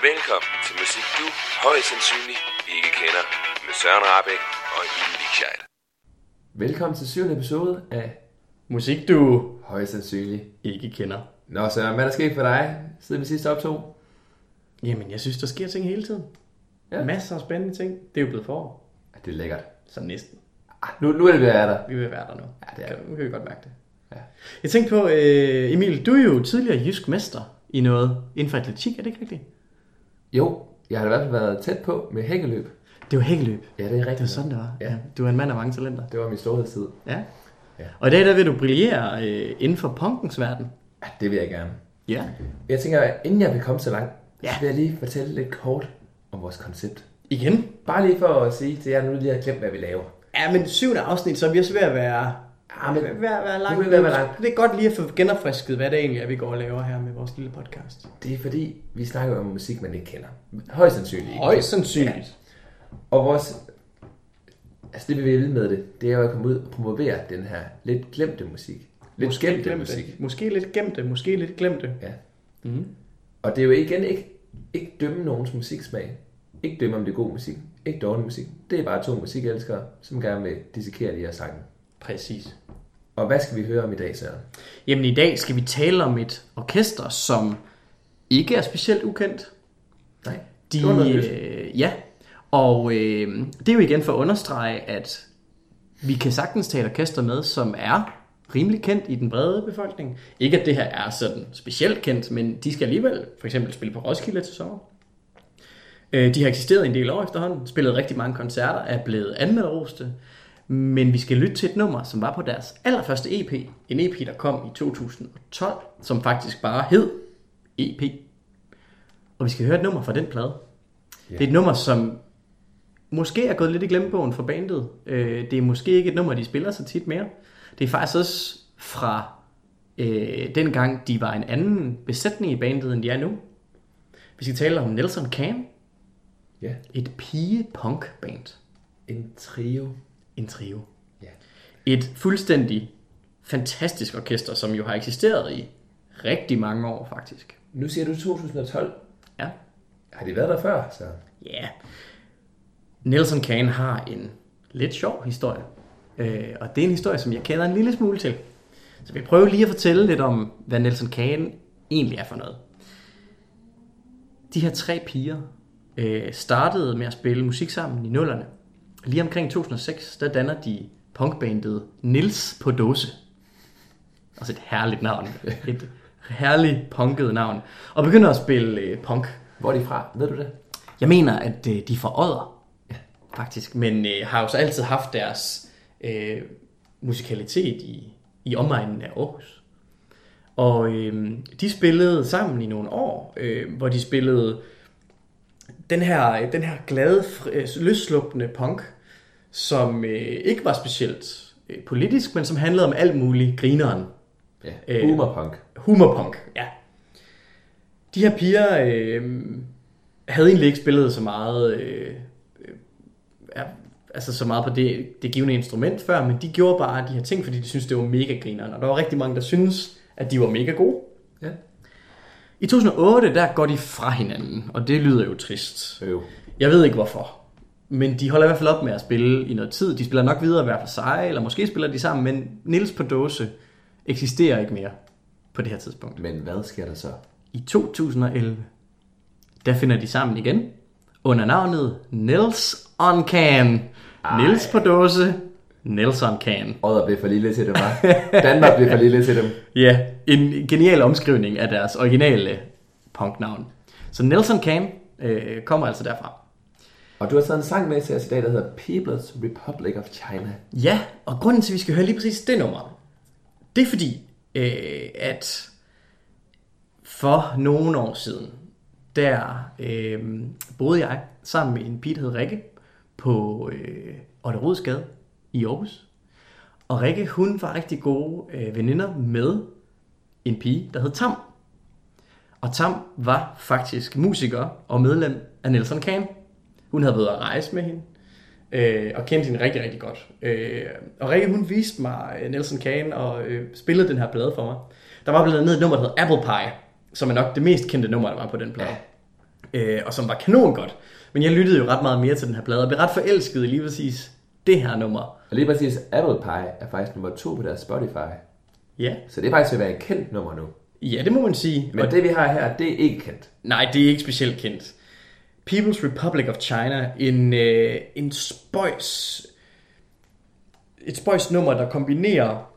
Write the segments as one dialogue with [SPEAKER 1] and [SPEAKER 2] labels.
[SPEAKER 1] Velkommen til musik, du højst sandsynligt ikke kender, med Søren Rahbek og Emil Vikscheid.
[SPEAKER 2] Velkommen til 7. episode af
[SPEAKER 3] Musik, du
[SPEAKER 2] højst sandsynligt
[SPEAKER 3] ikke kender.
[SPEAKER 2] Nå Søren, hvad er der sket for dig siden vi sidste optog?
[SPEAKER 3] Jamen, jeg synes, der sker ting hele tiden. Ja. Masser af spændende ting. Det er jo blevet forår.
[SPEAKER 2] Ja, det er lækkert.
[SPEAKER 3] Så næsten.
[SPEAKER 2] Nu er det ved at være der.
[SPEAKER 3] Vi vil være der nu.
[SPEAKER 2] Ja, det er det.
[SPEAKER 3] Nu kan vi godt mærke det.
[SPEAKER 2] Ja.
[SPEAKER 3] Jeg tænkte på, Emil, du er jo tidligere jysk mester i noget inden for atletik, er det ikke rigtigt?
[SPEAKER 2] Jo, jeg har da i hvert fald været tæt på med hækkeløb.
[SPEAKER 3] Det var hækkeløb.
[SPEAKER 2] Ja, det er rigtigt.
[SPEAKER 3] Det var sådan, det var.
[SPEAKER 2] Ja.
[SPEAKER 3] Du er en mand af mange talenter.
[SPEAKER 2] Det var min storhedstid.
[SPEAKER 3] Ja.
[SPEAKER 2] Ja.
[SPEAKER 3] Og i dag der vil du brillere inden for punkens verden.
[SPEAKER 2] Ja, det vil jeg gerne.
[SPEAKER 3] Ja.
[SPEAKER 2] Jeg tænker, inden jeg vil komme så langt,
[SPEAKER 3] Ja.
[SPEAKER 2] så vil jeg lige fortælle lidt kort om vores koncept.
[SPEAKER 3] Igen?
[SPEAKER 2] Bare lige for at sige til jer, nu lige har glemt, hvad vi laver.
[SPEAKER 3] Ja, men 7. afsnit, så er vi også ved at være...
[SPEAKER 2] men
[SPEAKER 3] ved at være langt.
[SPEAKER 2] nu vil vi være langt.
[SPEAKER 3] Det er godt lige at få genopfrisket, hvad det egentlig er, vi går og laver her med vores lille podcast.
[SPEAKER 2] Det er fordi, vi snakker om musik, man ikke kender. Højst sandsynligt ikke.
[SPEAKER 3] Højst sandsynligt.
[SPEAKER 2] Ja. Og vores... Altså det vi vil med det er jo at komme ud og promovere den her lidt glemte musik. Lidt glemte musik.
[SPEAKER 3] Måske lidt gemte, måske lidt glemte.
[SPEAKER 2] Ja.
[SPEAKER 3] Mm.
[SPEAKER 2] Og det er jo igen ikke dømme nogens musiksmag. Ikke dømme om det er god musik. Ikke dårlig musik. Det er bare to musikelskere, som gerne vil dissekere de her sange.
[SPEAKER 3] Præcis.
[SPEAKER 2] Og hvad skal vi høre om i dag, Søren?
[SPEAKER 3] Jamen i dag skal vi tale om et orkester, som ikke er specielt ukendt.
[SPEAKER 2] Nej,
[SPEAKER 3] Ja, og det er jo igen for at understrege, at vi kan sagtens tage et orkester med, som er rimelig kendt i den brede befolkning. Ikke at det her er sådan specielt kendt, men de skal alligevel for eksempel spille på Roskilde til sommer. De har eksisteret en del år efterhånden, spillet rigtig mange koncerter, er blevet anmelderoste, men vi skal lytte til et nummer, som var på deres allerførste EP. En EP, der kom i 2012, som faktisk bare hed EP. Og vi skal høre et nummer fra den plade. Yeah. Det er et nummer, som måske er gået lidt i glemmebogen for bandet. Det er måske ikke et nummer, de spiller så tit mere. Det er faktisk også fra dengang, de var en anden besætning i bandet, end de er nu. Vi skal tale om Nelson Can.
[SPEAKER 2] Ja.
[SPEAKER 3] Et pige-punk-band.
[SPEAKER 2] En trio.
[SPEAKER 3] En trio.
[SPEAKER 2] Ja.
[SPEAKER 3] Et fuldstændig fantastisk orkester, som jo har eksisteret i rigtig mange år, faktisk.
[SPEAKER 2] Nu siger du 2012.
[SPEAKER 3] Ja.
[SPEAKER 2] Har de været der før, så?
[SPEAKER 3] Ja. Nelson Can har en lidt sjov historie. Og det er en historie, som jeg kender en lille smule til. Så vi prøver lige at fortælle lidt om, hvad Nelson Can egentlig er for noget. De her 3 piger startede med at spille musik sammen i 00'erne. Lige omkring 2006, der danner de punkbandet Nils på dåse. Også et herligt navn. Et herligt punket navn. Og begynder at spille punk.
[SPEAKER 2] Hvor er de fra? Ved du det?
[SPEAKER 3] Jeg mener, at de er fra Odder, faktisk. Men har jo så altid haft deres musikalitet i omegnen af Aarhus. Og de spillede sammen i nogle år, hvor de spillede den her glade, løsslupne punk, som ikke var specielt politisk, men som handlede om alt muligt grineren.
[SPEAKER 2] Ja, humorpunk.
[SPEAKER 3] Humorpunk, ja. De her piger havde egentlig ikke spillet så meget, så meget på det givende instrument før, men de gjorde bare de her ting, fordi de syntes, det var mega grineren. Og der var rigtig mange, der syntes, at de var mega gode.
[SPEAKER 2] Ja.
[SPEAKER 3] I 2008, der går de fra hinanden, og det lyder jo trist. Jeg ved ikke hvorfor, men de holder i hvert fald op med at spille i noget tid. De spiller nok videre hver for sig, eller måske spiller de sammen, men Nils på dåse eksisterer ikke mere på det her tidspunkt.
[SPEAKER 2] Men hvad sker der så?
[SPEAKER 3] I 2011, der finder de sammen igen, under navnet Nils on Can. Nils på dåse, Nelson Can.
[SPEAKER 2] Odder blev for lille til dem, hva'? Danmark blev for lille til dem.
[SPEAKER 3] Ja, en genial omskrivning af deres originale punknavn. Så Nelson Can kommer altså derfra.
[SPEAKER 2] Og du har taget en sang med til os i dag, der hedder People's Republic of China.
[SPEAKER 3] Ja, og grunden til, at vi skal høre lige præcis det nummer, det er fordi, at for nogle år siden, der boede jeg sammen med en pige, der hed Rikke, på Otterodsgade i Aarhus. Og Rikke, hun var rigtig gode veninder med en pige, der hed Tam. Og Tam var faktisk musiker og medlem af Nelson Can. Hun havde været at rejse med hende, og kendte hende rigtig, rigtig godt. Og Rikke, hun viste mig Nelson Can og spillede den her plade for mig. Der var blandt andet et nummer, der hed Apple Pie, som er nok det mest kendte nummer, der var på den plade. og som var kanon godt. Men jeg lyttede jo ret meget mere til den her plade, og blev ret forelsket i lige præcis det her nummer.
[SPEAKER 2] Og lige præcis Apple Pie er faktisk nummer 2 på deres Spotify.
[SPEAKER 3] Ja.
[SPEAKER 2] Så det er faktisk ved at være en kendt nummer nu.
[SPEAKER 3] Ja, det må man sige.
[SPEAKER 2] Men det vi har her, det er ikke kendt.
[SPEAKER 3] Nej, det er ikke specielt kendt. People's Republic of China, en spøjs nummer, der kombinerer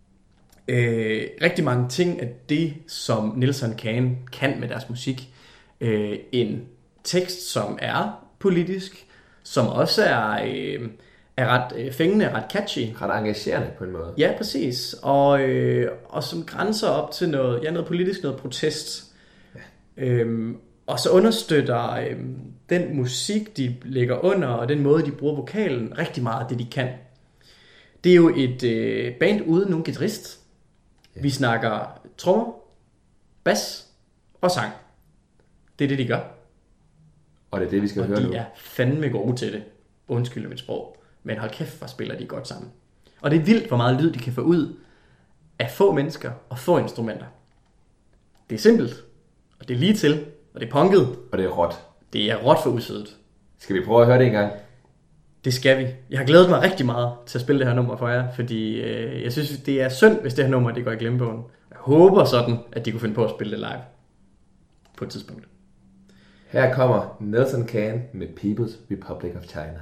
[SPEAKER 3] rigtig mange ting af det, som Nelson kan med deres musik. En tekst, som er politisk, som også er ret fængende, ret catchy.
[SPEAKER 2] Ret engagerende på en måde.
[SPEAKER 3] Ja, præcis. Og som grænser op til noget politisk, noget protest. Ja. Og så understøtter den musik, de lægger under, og den måde, de bruger vokalen, rigtig meget af det, de kan. Det er jo et band uden nogen guitarist. Ja. Vi snakker trommer, bas og sang. Det er det, de gør.
[SPEAKER 2] Og det er det, vi skal høre nu.
[SPEAKER 3] Og de er fandme gode til det. Undskyld mit sprog. Men hold kæft, hvor spiller de godt sammen. Og det er vildt, hvor meget lyd de kan få ud af få mennesker og få instrumenter. Det er simpelt, og det er lige til, og det er punket.
[SPEAKER 2] Og det er råt.
[SPEAKER 3] Det er råt for usødet.
[SPEAKER 2] Skal vi prøve at høre det en gang?
[SPEAKER 3] Det skal vi. Jeg har glædet mig rigtig meget til at spille det her nummer for jer, fordi jeg synes, det er synd, hvis det her nummer det går i glemmebogen. Jeg håber sådan, at de kunne finde på at spille det live på et tidspunkt.
[SPEAKER 2] Her kommer Nelson Can med People's Republic of China.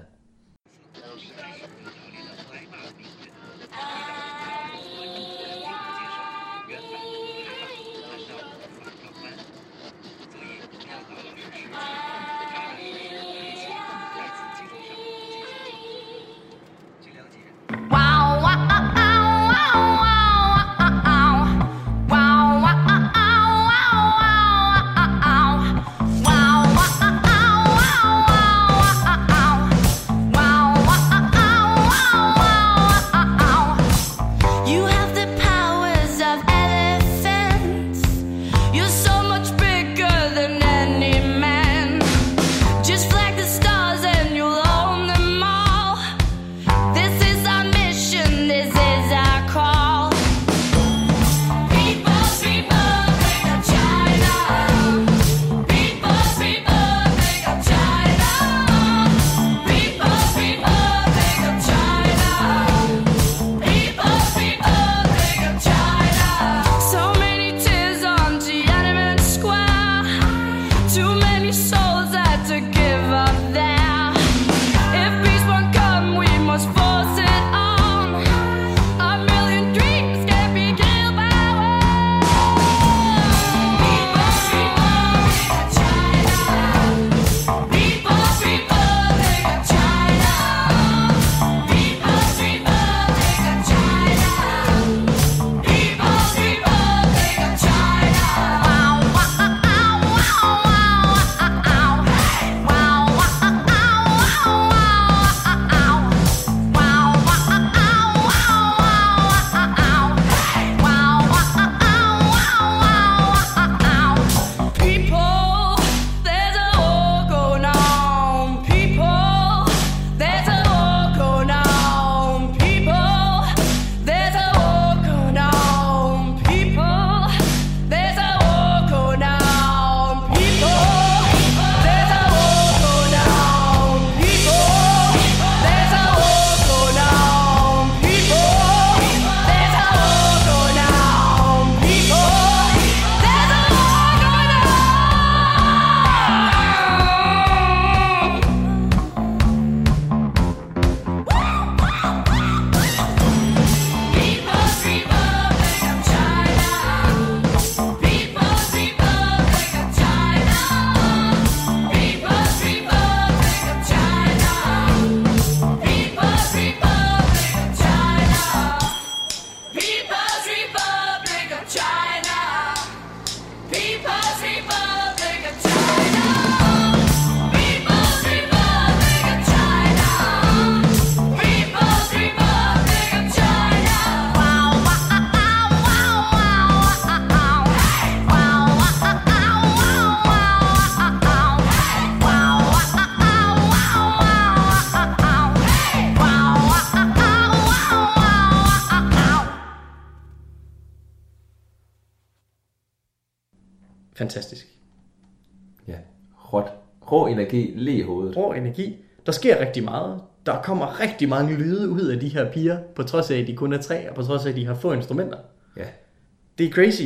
[SPEAKER 3] Fantastisk.
[SPEAKER 2] Ja, rå energi lige i hovedet.
[SPEAKER 3] Rå energi. Der sker rigtig meget. Der kommer rigtig mange lyde ud af de her piger, på trods af, at de kun er 3, og på trods af, at de har få instrumenter.
[SPEAKER 2] Ja.
[SPEAKER 3] Det er crazy.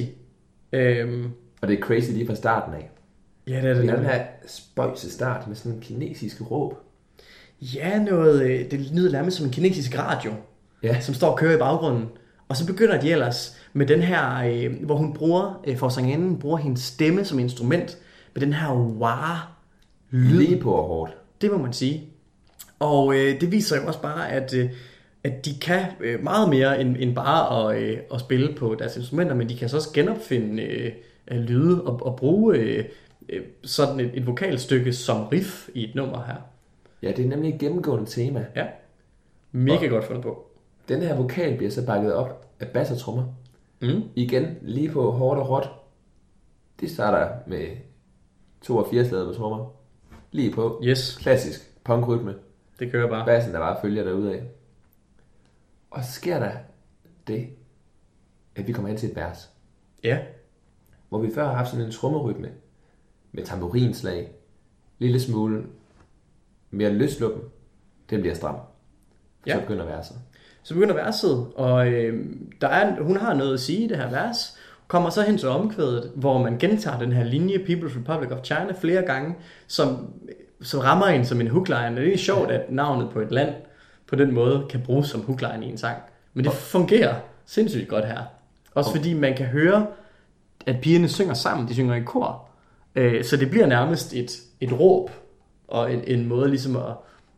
[SPEAKER 2] Og det er crazy lige fra starten af.
[SPEAKER 3] Ja, det er det.
[SPEAKER 2] Den her spøjse start med sådan en kinesisk råb.
[SPEAKER 3] Ja, det lyder nærmest som en kinesisk radio,
[SPEAKER 2] Ja.
[SPEAKER 3] som står og kører i baggrunden. Og så begynder de ellers med den her, hvor hun for sangerinden bruger hendes stemme som instrument, med den her wah-lyd.
[SPEAKER 2] Lige på og hårdt.
[SPEAKER 3] Det må man sige. Og det viser jo også bare, at de kan meget mere end bare at spille på deres instrumenter, men de kan så også genopfinde lyde og bruge sådan et vokalstykke som riff i et nummer her.
[SPEAKER 2] Ja, det er nemlig et gennemgående tema.
[SPEAKER 3] Ja, mega godt fundet på.
[SPEAKER 2] Den her vokal bliver så bakket op af bass og trommer. Igen, lige på hårdt og råt. De starter med 2 og 4 slader på trommer. Lige på.
[SPEAKER 3] Yes.
[SPEAKER 2] Klassisk punkrytme.
[SPEAKER 3] Det kører bare.
[SPEAKER 2] Bassen, der bare følger derudad. Og så sker der det, at vi kommer hen til et vers.
[SPEAKER 3] Ja.
[SPEAKER 2] Hvor vi før har haft sådan en trommerytme med tamburinslag. Lille smule mere løsluppen. Den bliver stram. Så begynder verset.
[SPEAKER 3] Så begynder verset, og hun har noget at sige i det her vers. Kommer så hen til omkvædet, hvor man gentager den her linje, People's Republic of China, flere gange, som rammer en som en hookline. Det er sjovt, at navnet på et land på den måde kan bruges som hookline i en sang. Men det fungerer sindssygt godt her. Også fordi man kan høre, at pigerne synger sammen. De synger i kor. Så det bliver nærmest et råb, og en måde ligesom at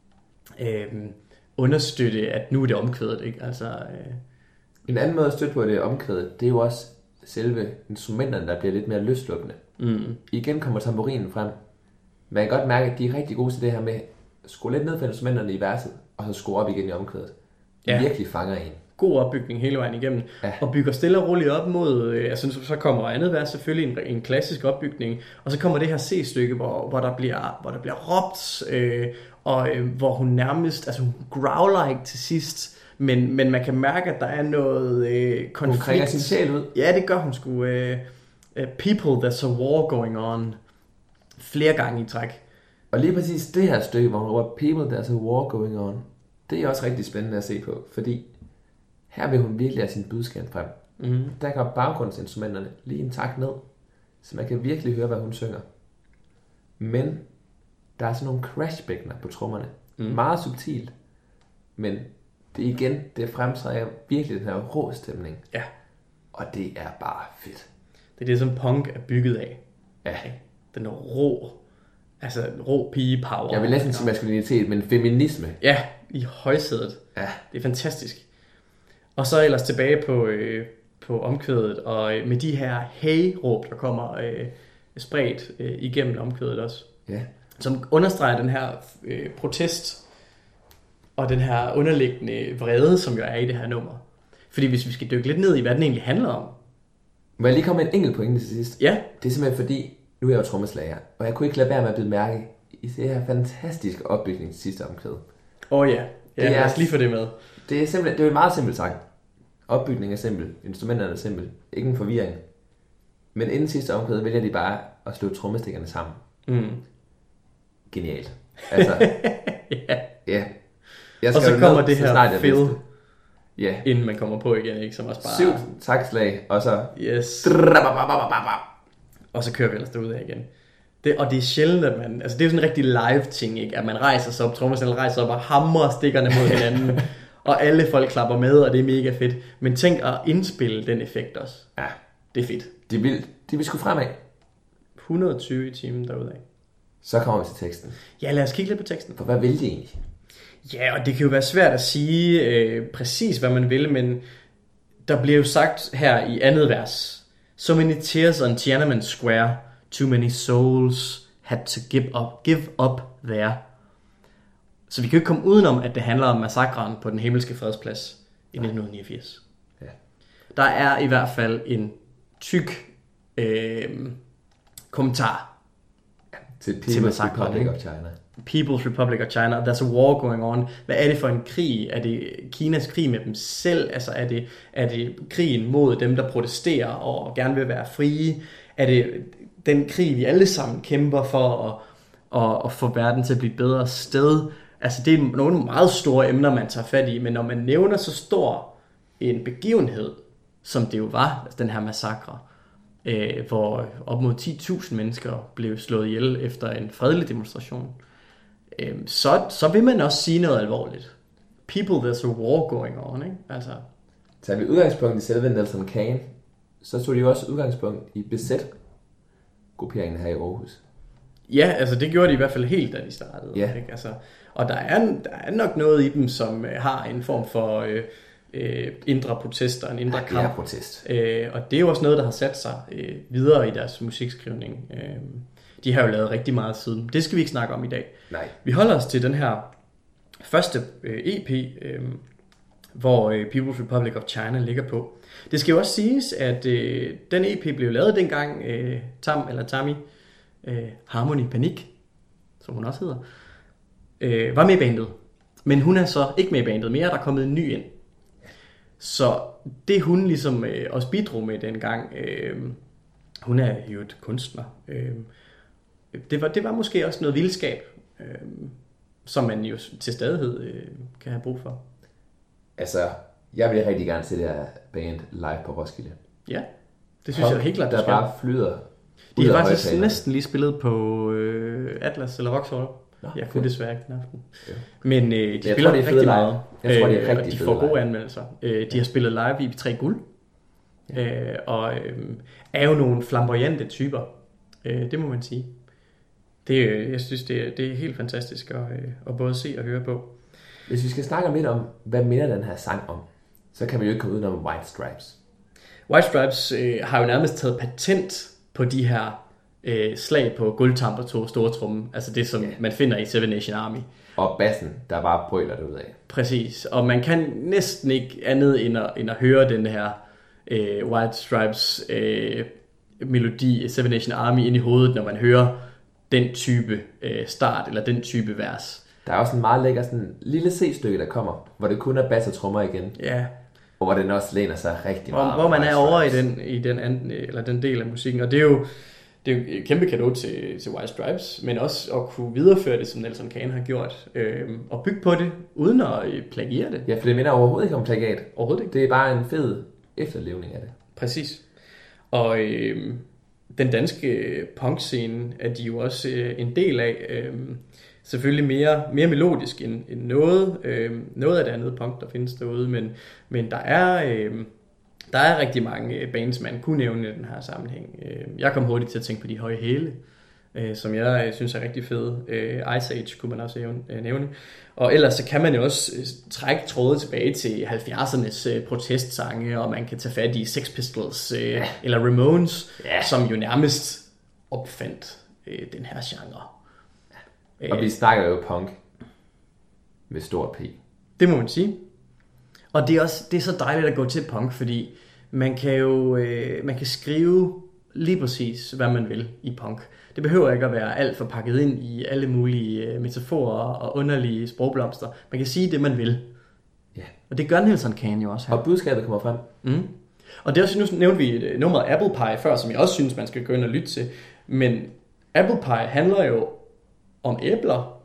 [SPEAKER 3] understøtte, at nu er det omkvædet. Ikke? Altså,
[SPEAKER 2] En anden måde at støtte på det omkvædet, det er jo også selve instrumenterne, der bliver lidt mere løsluppende. Igen kommer tamburinen frem. Man kan godt mærke, at de er rigtig gode til det her med at skrue lidt ned for instrumenterne i verset, og så skrue op igen i omkvædet. Det virkelig fanger en.
[SPEAKER 3] God opbygning hele vejen igennem, og bygger stille og roligt op mod, så kommer andet vers selvfølgelig en klassisk opbygning, og så kommer det her C-stykke, hvor der bliver råbt, og hvor hun nærmest, hun growler ikke til sidst, men man kan mærke, at der er noget konflikt. Hun
[SPEAKER 2] krænger sin sjæl ud.
[SPEAKER 3] Ja, det gør hun sgu. People, there's a war going on. Flere gange i træk.
[SPEAKER 2] Og lige præcis det her stykke, hvor hun råber, People, there's a war going on, det er også rigtig spændende at se på, fordi her vil hun virkelig have sin budskab frem. Der går baggrundsinstrumenterne lige en takt ned, så man kan virkelig høre, hvad hun synger. Men der er sådan nogle crashbækkener på trommerne. Meget subtilt, men det fremtræder virkelig den her rå stemning.
[SPEAKER 3] Ja.
[SPEAKER 2] Og det er bare fedt.
[SPEAKER 3] Det er det, som punk er bygget af.
[SPEAKER 2] Ja.
[SPEAKER 3] Den rå pige-power.
[SPEAKER 2] Jeg vil næsten sige maskulinitet, men feminisme.
[SPEAKER 3] Ja, i højsædet.
[SPEAKER 2] Ja.
[SPEAKER 3] Det er fantastisk. Og så ellers tilbage på omkvædet, og med de her hey-råb, der kommer spredt igennem omkvædet også.
[SPEAKER 2] Ja.
[SPEAKER 3] Som understreger den her protest, og den her underliggende vrede, som jo er i det her nummer. Fordi hvis vi skal dykke lidt ned i, hvad den egentlig handler om.
[SPEAKER 2] Må jeg lige komme med en enkelt pointe til sidst?
[SPEAKER 3] Ja.
[SPEAKER 2] Det er simpelthen fordi, nu er jeg jo trommeslager, og jeg kunne ikke lade være med at byde mærke i det her fantastiske opbygning til sidste omkvæd.
[SPEAKER 3] Ja, lad os lige få det med.
[SPEAKER 2] Det er simpelthen, det er en meget simpel sang. Opbygningen er simpel, instrumenterne er simpel, ikke en forvirring. Men inden sidste omkvæd vælger de bare at slå trommestikkerne sammen. Genialt. Altså, ja.
[SPEAKER 3] Og så kommer det her fill,
[SPEAKER 2] inden
[SPEAKER 3] man kommer på igen, ikke? Som også bare
[SPEAKER 2] 7 taktslag, og så...
[SPEAKER 3] Yes. Og så kører vi ellers derudad igen. Og det er sjældent, at man... Altså, det er jo sådan en rigtig live ting, ikke? At man rejser sig op, trommeslægeren rejser op og hamrer stikkerne mod hinanden. Og alle folk klapper med, og det er mega fedt. Men tænk at indspille den effekt også.
[SPEAKER 2] Ja.
[SPEAKER 3] Det er fedt.
[SPEAKER 2] De vil sgu fremad.
[SPEAKER 3] 120 i timen derudad.
[SPEAKER 2] Så kommer vi til teksten.
[SPEAKER 3] Ja, lad os kigge lidt på teksten.
[SPEAKER 2] For hvad vil de egentlig?
[SPEAKER 3] Ja, og det kan jo være svært at sige præcis, hvad man vil, men der bliver jo sagt her i andet vers. So many tears on Tiananmen Square, too many souls had to give up there. Så vi kan jo ikke komme udenom, at det handler om massakren på den himmelske fredsplads i 1989.
[SPEAKER 2] Ja.
[SPEAKER 3] Der er i hvert fald en tyk kommentar
[SPEAKER 2] til People's Republic of China.
[SPEAKER 3] People's Republic of China, there's a war going on. Hvad er det for en krig? Er det Kinas krig med dem selv? Altså er det krigen mod dem, der protesterer og gerne vil være frie? Er det den krig, vi alle sammen kæmper for og få verden til at blive et bedre sted. Altså det er nogle meget store emner, man tager fat i, men når man nævner så stor en begivenhed, som det jo var, altså den her massakre, hvor op mod 10.000 mennesker blev slået ihjel efter en fredelig demonstration, så vil man også sige noget alvorligt. People, there's a war going on, ikke? Altså.
[SPEAKER 2] Tager vi udgangspunkt i selve Nelson Kane, så tog de jo også udgangspunkt i BZ-grupperingen her i Aarhus.
[SPEAKER 3] Ja, altså det gjorde de i hvert fald helt, da de startede.
[SPEAKER 2] Ja.
[SPEAKER 3] Ikke? Altså, og der er nok noget i dem, som har en form for indre protester, en indre kamp.
[SPEAKER 2] Ja, protest.
[SPEAKER 3] Og det er jo også noget, der har sat sig videre i deres musikskrivning. De har jo lavet rigtig meget siden. Det skal vi ikke snakke om i dag.
[SPEAKER 2] Nej.
[SPEAKER 3] Vi holder os til den her første EP, hvor People's Republic of China ligger på. Det skal jo også siges, at den EP blev lavet dengang Tammy Harmony Panic, som hun også hedder, var med i bandet. Men hun er så ikke med i bandet mere, der er kommet en ny ind. Så det hun ligesom også bidrog med dengang, hun er jo et kunstner. Det var måske også noget vildskab, som man jo til stadighed kan have brug for.
[SPEAKER 2] Altså, jeg vil rigtig gerne se det her band live på Roskilde.
[SPEAKER 3] Ja, det synes jeg helt klart,
[SPEAKER 2] der bare flyder.
[SPEAKER 3] De har faktisk næsten lige spillet på Atlas eller Vauxhall. Jeg kunne desværre ikke den aften. Ja. Men de spiller rigtig meget.
[SPEAKER 2] Jeg tror, de er rigtig
[SPEAKER 3] og de får gode anmeldelser. De har spillet live i 3 guld. Ja. Og er jo nogle flamboyante typer. Det må man sige. Jeg synes, det er helt fantastisk at både se og høre på.
[SPEAKER 2] Hvis vi skal snakke lidt om, hvad minder den her sang om, så kan vi jo ikke komme udenom White Stripes.
[SPEAKER 3] White Stripes har jo nærmest taget patent på de her slag på guldtamper, 2 store tromme. Altså det, som man finder i Seven Nation Army.
[SPEAKER 2] Og bassen, der bare brøler derudad.
[SPEAKER 3] Præcis. Og man kan næsten ikke andet end at høre den her White Stripes melodi, Seven Nation Army, ind i hovedet, når man hører den type start, eller den type vers.
[SPEAKER 2] Der er også en meget lækker sådan lille C-stykke, der kommer, hvor det kun er bass og trommer igen.
[SPEAKER 3] Ja.
[SPEAKER 2] Og hvor den også læner sig rigtig meget.
[SPEAKER 3] Hvor man er over i den del af musikken. Og det er jo et kæmpe cadeau til White Stripes, men også at kunne videreføre det, som Nelson Kane har gjort. Og bygge på det, uden at plagiere det.
[SPEAKER 2] Ja, for det minder overhovedet ikke om plagiat.
[SPEAKER 3] Overhovedet ikke.
[SPEAKER 2] Det er bare en fed efterlevning af det.
[SPEAKER 3] Præcis. Og den danske punkscene er de jo også en del af. Selvfølgelig mere melodisk end noget af det andet punk, der findes derude, men der er rigtig mange bands, man kunne nævne i den her sammenhæng. Jeg kom hurtigt til at tænke på De Høje Hæle, som jeg synes er rigtig fede. Ice Age kunne man også nævne. Og ellers så kan man jo også trække trådet tilbage til 70'ernes protestsange, og man kan tage fat i Sex Pistols eller Ramones, som jo nærmest opfandt den her genre.
[SPEAKER 2] Og vi snakker jo punk med stort P.
[SPEAKER 3] Det må man sige. Og det er så dejligt at gå til punk, fordi man kan skrive lige præcis, hvad man vil i punk. Det behøver ikke at være alt for pakket ind i alle mulige metaforer og underlige sprogblomster. Man kan sige det, man vil.
[SPEAKER 2] Ja.
[SPEAKER 3] Og det gør Nelson Kane jo også her.
[SPEAKER 2] Og budskabet kommer frem.
[SPEAKER 3] Mm. Og det er også, nu nævnte vi nummeret Apple Pie før, som jeg også synes, man skal gå ind og lytte til. Men Apple Pie handler jo om æbler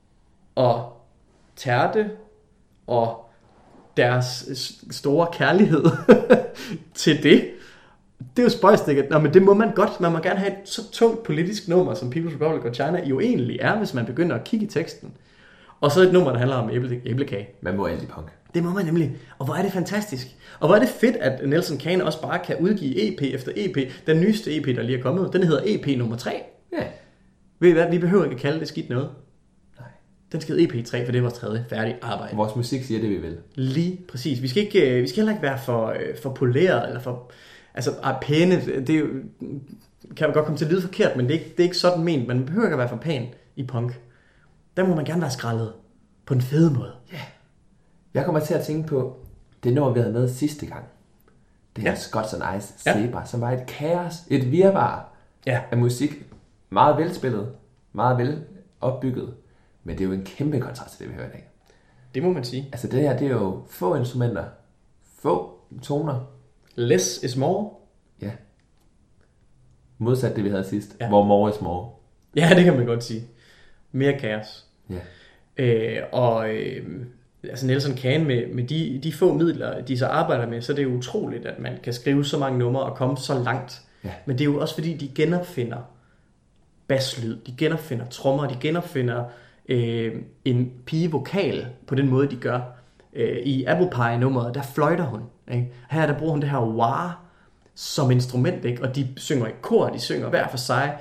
[SPEAKER 3] og tærte og deres store kærlighed til det. Det er jo spøjstik, men det må man godt. Man må gerne have et så tungt politisk nummer, som People's Republic of China jo egentlig er, hvis man begynder at kigge i teksten. Og så et nummer, der handler om æblekage.
[SPEAKER 2] Man må alt i punk.
[SPEAKER 3] Det må man nemlig. Og hvor er det fantastisk. Og hvor er det fedt, at Nelson Kane også bare kan udgive EP efter EP. Den nyeste EP, der lige er kommet, den hedder EP nummer 3.
[SPEAKER 2] Ja.
[SPEAKER 3] Ved I hvad? Vi behøver ikke at kalde det skidt noget.
[SPEAKER 2] Nej.
[SPEAKER 3] Den skal hedde EP3, for det er vores 3. færdige arbejde.
[SPEAKER 2] Vores musik siger det, vi vil.
[SPEAKER 3] Lige præcis. Vi skal heller ikke være for poleret, eller for... Altså, pæne, det jo, kan godt komme til at lyde forkert, men det er ikke sådan ment. Man behøver ikke at være for pæn i punk. Der må man gerne være skrællet på en fed måde.
[SPEAKER 2] Ja. Yeah. Jeg kommer til at tænke på det nummer, vi havde med sidste gang. Det her Scots and Ice Zebra, som var et kaos, et virvar af musik. Meget velspillet, meget vel opbygget, men det er jo en kæmpe kontrast til det, vi hører i dag.
[SPEAKER 3] Det må man sige.
[SPEAKER 2] Altså det her, det er jo få instrumenter, få toner.
[SPEAKER 3] Less is more.
[SPEAKER 2] Ja. Modsat det, vi havde sidst, hvor more is more.
[SPEAKER 3] Ja, det kan man godt sige. mere kaos.
[SPEAKER 2] Ja.
[SPEAKER 3] Altså Nelson Can med de få midler, de så arbejder med, så er det jo utroligt, at man kan skrive så mange numre og komme så langt.
[SPEAKER 2] Ja.
[SPEAKER 3] Men det er jo også fordi, de genopfinder baslyd, de genopfinder trommer, de genopfinder en pigevokal på den måde, de gør. I Apple Pie-nummeret, der fløjter hun. Ikke? Her der bruger hun det her wah som instrument, ikke? Og de synger i kor, de synger hver for sig.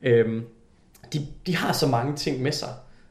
[SPEAKER 3] De har så mange ting med sig,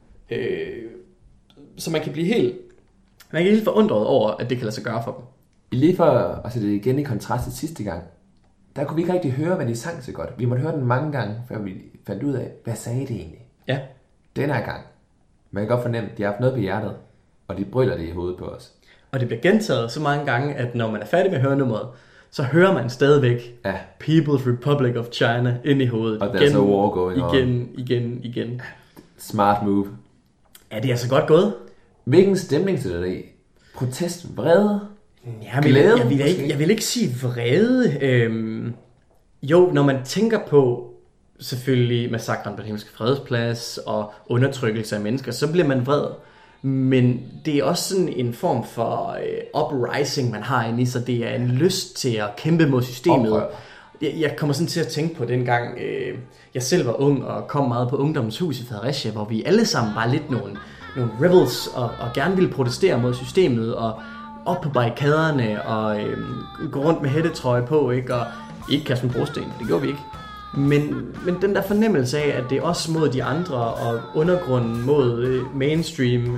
[SPEAKER 3] så man kan blive helt forundret over, at det kan lade sig gøre for dem.
[SPEAKER 2] Lige for at sætte det igen i kontrast til sidste gang, der kunne vi ikke rigtig høre, hvad de sang så godt. Vi måtte høre den mange gange, før vi fandt ud af, hvad sagde det egentlig.
[SPEAKER 3] Ja.
[SPEAKER 2] Den her gang, man kan godt fornemme, at de har haft noget på hjertet, og de brøler det i hovedet på os.
[SPEAKER 3] Og det bliver gentaget så mange gange, at når man er færdig med at høre nummeret, så hører man stadigvæk People's Republic of China ind i hovedet.
[SPEAKER 2] Og there's a war going on.
[SPEAKER 3] Igen.
[SPEAKER 2] Smart move.
[SPEAKER 3] Ja, det er så godt gået.
[SPEAKER 2] Hvilken stemning til det i? Protest, vrede?
[SPEAKER 3] Glæde? Jeg vil ikke sige vrede. Jo, når man tænker på selvfølgelig massakren på Den Himmelske Fredsplads og undertrykkelse af mennesker, så bliver man vred. Men det er også sådan en form for uprising, man har inde i sig. Det er en lyst til at kæmpe mod systemet. Jeg kommer sådan til at tænke på dengang, jeg selv var ung og kom meget på Ungdommens Hus i Fredericia, hvor vi alle sammen var lidt nogle rebels og gerne ville protestere mod systemet og op på barrikaderne og gå rundt med hættetrøje på, ikke? Og ikke kaste med brosten, det gjorde vi ikke. Men den der fornemmelse af, at det er også mod de andre og undergrunden mod mainstream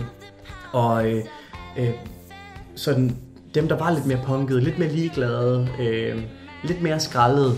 [SPEAKER 3] sådan dem, der var lidt mere punkede, lidt mere ligeglade, lidt mere skrællet,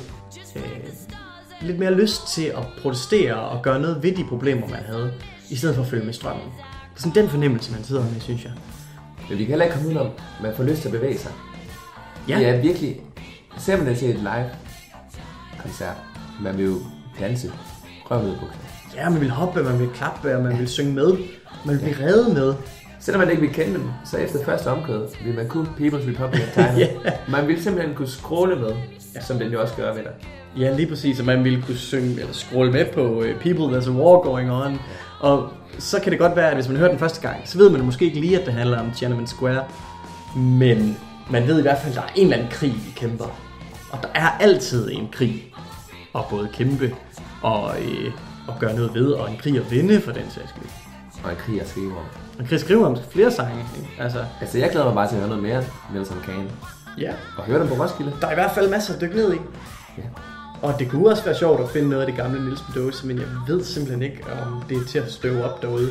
[SPEAKER 3] lidt mere lyst til at protestere og gøre noget ved de problemer, man havde, i stedet for at følge med strømmen. Det er sådan den fornemmelse, man sidder med, synes jeg.
[SPEAKER 2] Men vi kan heller ikke komme ud om, man får lyst til at bevæge sig.
[SPEAKER 3] Ja.
[SPEAKER 2] Det er virkelig, ser man det til et live koncert, man vil jo danse, røv ud i bukserne.
[SPEAKER 3] Ja, man vil hoppe, man vil klappe, og man vil synge med, man vil blive revet med.
[SPEAKER 2] Selvom man ikke vil kende dem, så efter første omkød vil man kunne People's Republic of China. Man vil simpelthen kunne scrolle med, som den jo også gør ved dig.
[SPEAKER 3] Ja, lige præcis, og man ville kunne synge eller scrolle med på People, There's a War Going On. Og så kan det godt være, at hvis man hører den første gang, så ved man måske ikke lige, at det handler om Tiananmen Square. Men man ved i hvert fald, at der er en eller anden krig, vi kæmper. Og der er altid en krig at både kæmpe og gøre noget ved, og en krig at vinde for den sags skyld.
[SPEAKER 2] Og en krig at skrive om.
[SPEAKER 3] En krig at skrive om flere sange. Ikke?
[SPEAKER 2] Altså jeg glæder mig bare til at høre noget mere Nelson Can.
[SPEAKER 3] Ja.
[SPEAKER 2] Og høre dem på Roskilde.
[SPEAKER 3] Der er i hvert fald masser at dykke ned i.
[SPEAKER 2] Ja.
[SPEAKER 3] Og det kunne også være sjovt at finde noget af det gamle Niels Bedose, men jeg ved simpelthen ikke, om det er til at støve op derude.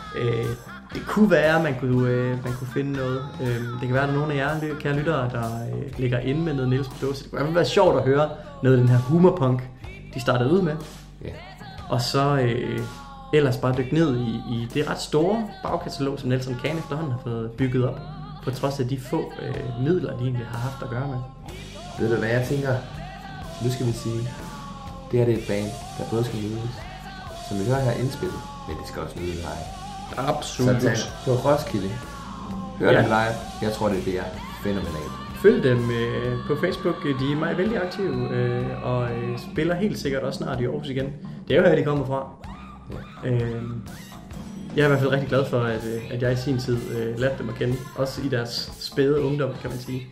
[SPEAKER 3] Det kunne være, at man kunne finde noget. Det kan være, at der er nogle af jer, kære lyttere, der ligger inde med noget Niels Bedose. Det kunne i hvert fald være sjovt at høre noget af den her humorpunk, de startede ud med.
[SPEAKER 2] Ja.
[SPEAKER 3] Og så ellers bare dykke ned i det ret store bagkatalog, som Nelson Can efterhånden har fået bygget op, på trods af de få midler, de egentlig har haft at gøre med.
[SPEAKER 2] Ved du hvad jeg tænker? Nu skal vi sige, det her det er et band, der både skal nydes, som vi hører her indspillet, men det skal også nyde live.
[SPEAKER 3] Absolut.
[SPEAKER 2] Så tag på Roskilde. Hør dem live. Jeg tror, det er fænomenalt.
[SPEAKER 3] Følg dem på Facebook. De er meget vældig aktive og spiller helt sikkert også snart i Aarhus igen. Det er jo her, de kommer fra. Ja. Jeg er i hvert fald rigtig glad for, at jeg i sin tid lærte dem at kende. Også i deres spæde ungdom, kan man sige.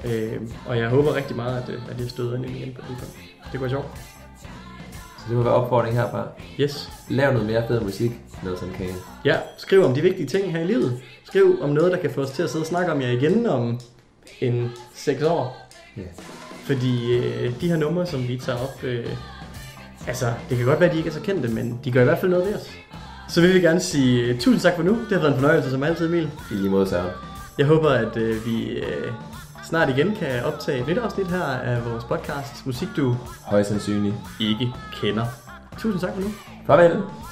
[SPEAKER 3] Og jeg håber rigtig meget, at jeg støder ind igen på det. Det kunne være sjovt.
[SPEAKER 2] Så det må være opfordring herfra.
[SPEAKER 3] Yes.
[SPEAKER 2] Lav noget mere fed musik, Nelson Can.
[SPEAKER 3] Ja, skriv om de vigtige ting her i livet. Skriv om noget, der kan få os til at sidde og snakke om jer igen om 6 år.
[SPEAKER 2] Yeah.
[SPEAKER 3] Fordi de her numre, som vi tager op, det kan godt være, at de ikke er så kendte, men de gør i hvert fald noget ved os. Så vil vi gerne sige tusind tak for nu. Det har været en fornøjelse som altid, Emil.
[SPEAKER 2] I lige måde, Søren.
[SPEAKER 3] Jeg håber, at vi snart igen kan optage et nyt afsnit her af vores podcast Musik, du
[SPEAKER 2] højst sandsynligt
[SPEAKER 3] ikke kender. Tusind tak for nu.
[SPEAKER 2] Farvel.